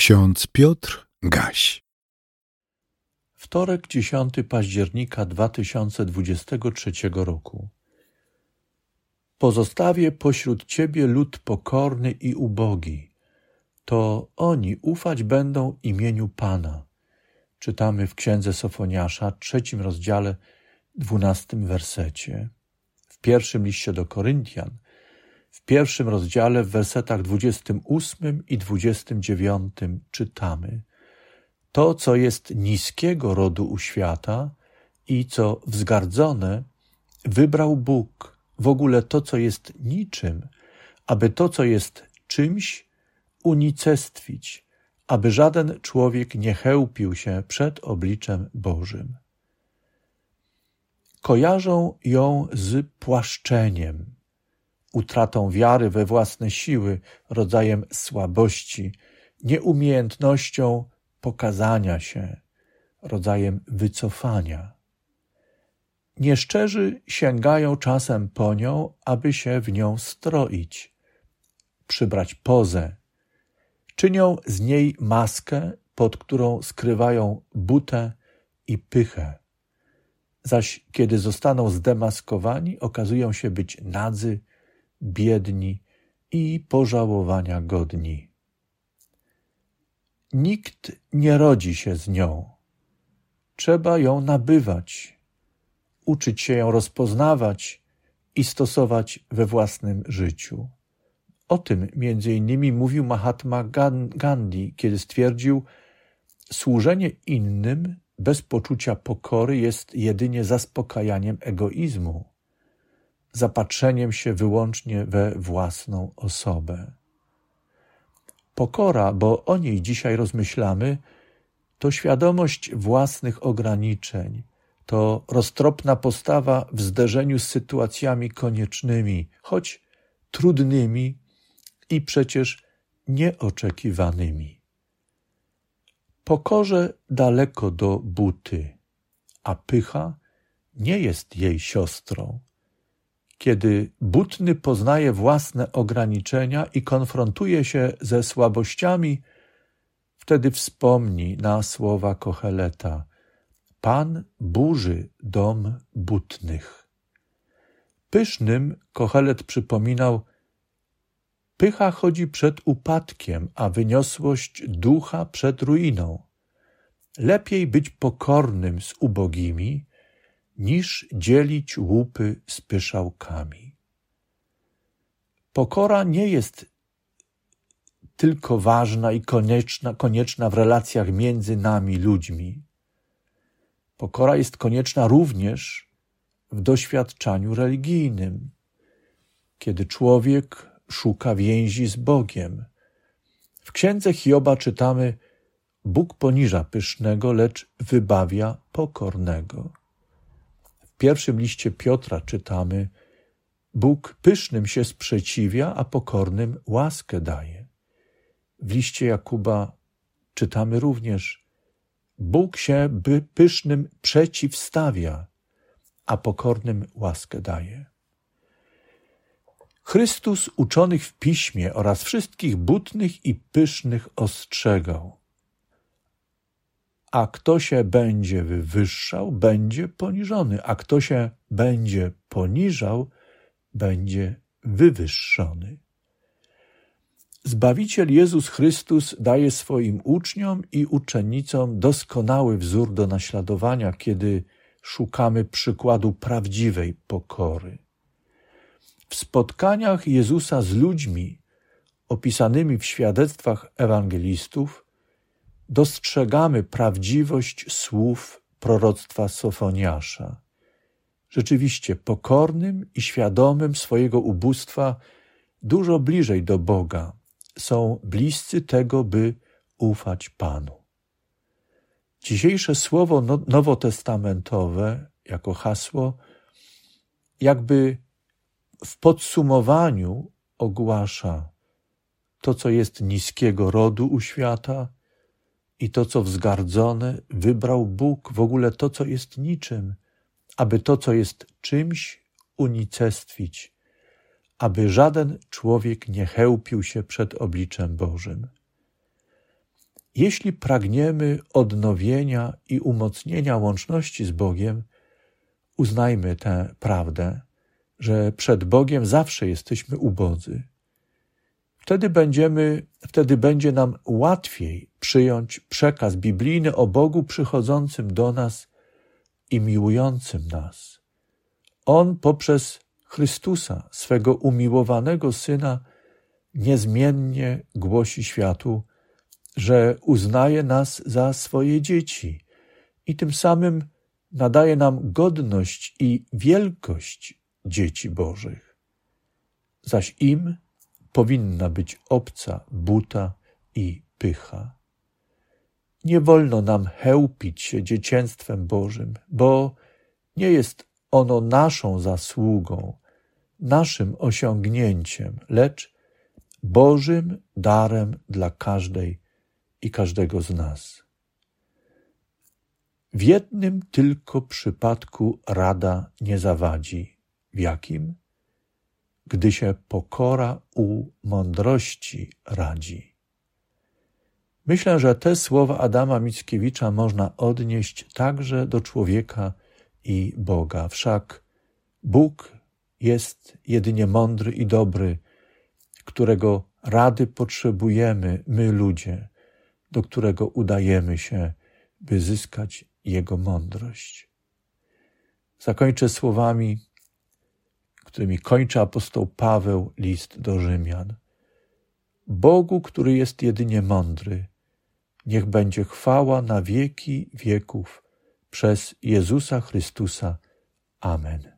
Ksiądz Piotr Gaś. Wtorek, 10 października 2023 roku. Pozostawię pośród Ciebie lud pokorny i ubogi. To oni ufać będą imieniu Pana. Czytamy w Księdze Sofoniasza, 3 rozdziale, 12 wersecie. W pierwszym liście do Koryntian, w 1 rozdziale, w wersetach 28 i 29 czytamy: To, co jest niskiego rodu u świata i co wzgardzone, wybrał Bóg, w ogóle to, co jest niczym, aby to, co jest czymś, unicestwić, aby żaden człowiek nie chełpił się przed obliczem Bożym. Kojarzą ją z płaszczeniem, utratą wiary we własne siły, rodzajem słabości, nieumiejętnością pokazania się, rodzajem wycofania. Nieszczerzy sięgają czasem po nią, aby się w nią stroić, przybrać pozę. Czynią z niej maskę, pod którą skrywają butę i pychę. Zaś kiedy zostaną zdemaskowani, okazują się być nadzy, biedni i pożałowania godni. Nikt nie rodzi się z nią. Trzeba ją nabywać, uczyć się ją rozpoznawać i stosować we własnym życiu. O tym między innymi mówił Mahatma Gandhi, kiedy stwierdził: służenie innym bez poczucia pokory jest jedynie zaspokajaniem egoizmu, zapatrzeniem się wyłącznie we własną osobę. Pokora, bo o niej dzisiaj rozmyślamy, to świadomość własnych ograniczeń, to roztropna postawa w zderzeniu z sytuacjami koniecznymi, choć trudnymi i przecież nieoczekiwanymi. Pokorze daleko do buty, a pycha nie jest jej siostrą. Kiedy butny poznaje własne ograniczenia i konfrontuje się ze słabościami, wtedy wspomni na słowa Koheleta: Pan burzy dom butnych. Pysznym Kohelet przypominał: pycha chodzi przed upadkiem, a wyniosłość ducha przed ruiną. Lepiej być pokornym z ubogimi, niż dzielić łupy z pyszałkami. Pokora nie jest tylko ważna i konieczna w relacjach między nami, ludźmi. Pokora jest konieczna również w doświadczaniu religijnym, kiedy człowiek szuka więzi z Bogiem. W Księdze Hioba czytamy: Bóg poniża pysznego, lecz wybawia pokornego. W pierwszym liście Piotra czytamy: Bóg pysznym się sprzeciwia, a pokornym łaskę daje. W liście Jakuba czytamy również: Bóg się pysznym przeciwstawia, a pokornym łaskę daje. Chrystus uczonych w Piśmie oraz wszystkich butnych i pysznych ostrzegał: a kto się będzie wywyższał, będzie poniżony, a kto się będzie poniżał, będzie wywyższony. Zbawiciel Jezus Chrystus daje swoim uczniom i uczennicom doskonały wzór do naśladowania, kiedy szukamy przykładu prawdziwej pokory. W spotkaniach Jezusa z ludźmi opisanymi w świadectwach ewangelistów dostrzegamy prawdziwość słów proroctwa Sofoniasza. Rzeczywiście pokornym i świadomym swojego ubóstwa, dużo bliżej do Boga, są bliscy tego, by ufać Panu. Dzisiejsze słowo nowotestamentowe jako hasło jakby w podsumowaniu ogłasza to, co jest niskiego rodu u świata i to, co wzgardzone, wybrał Bóg, w ogóle to, co jest niczym, aby to, co jest czymś, unicestwić, aby żaden człowiek nie chełpił się przed obliczem Bożym. jeśli pragniemy odnowienia i umocnienia łączności z Bogiem, uznajmy tę prawdę, że przed Bogiem zawsze jesteśmy ubodzy. Wtedy będzie nam łatwiej przyjąć przekaz biblijny o Bogu przychodzącym do nas i miłującym nas. On poprzez Chrystusa, swego umiłowanego Syna, niezmiennie głosi światu, że uznaje nas za swoje dzieci i tym samym nadaje nam godność i wielkość dzieci Bożych. Zaś im powinna być obca buta i pycha. Nie wolno nam chełpić się dzieciństwem Bożym, bo nie jest ono naszą zasługą, naszym osiągnięciem, lecz Bożym darem dla każdej i każdego z nas. W jednym tylko przypadku rada nie zawadzi. W jakim? Gdy się pokora u mądrości radzi. Myślę, że te słowa Adama Mickiewicza można odnieść także do człowieka i Boga. Wszak Bóg jest jedynie mądry i dobry, którego rady potrzebujemy my ludzie, do którego udajemy się, by zyskać Jego mądrość. Zakończę słowami, którymi kończy apostoł Paweł list do Rzymian. Bogu, który jest jedynie mądry, niech będzie chwała na wieki wieków przez Jezusa Chrystusa. Amen.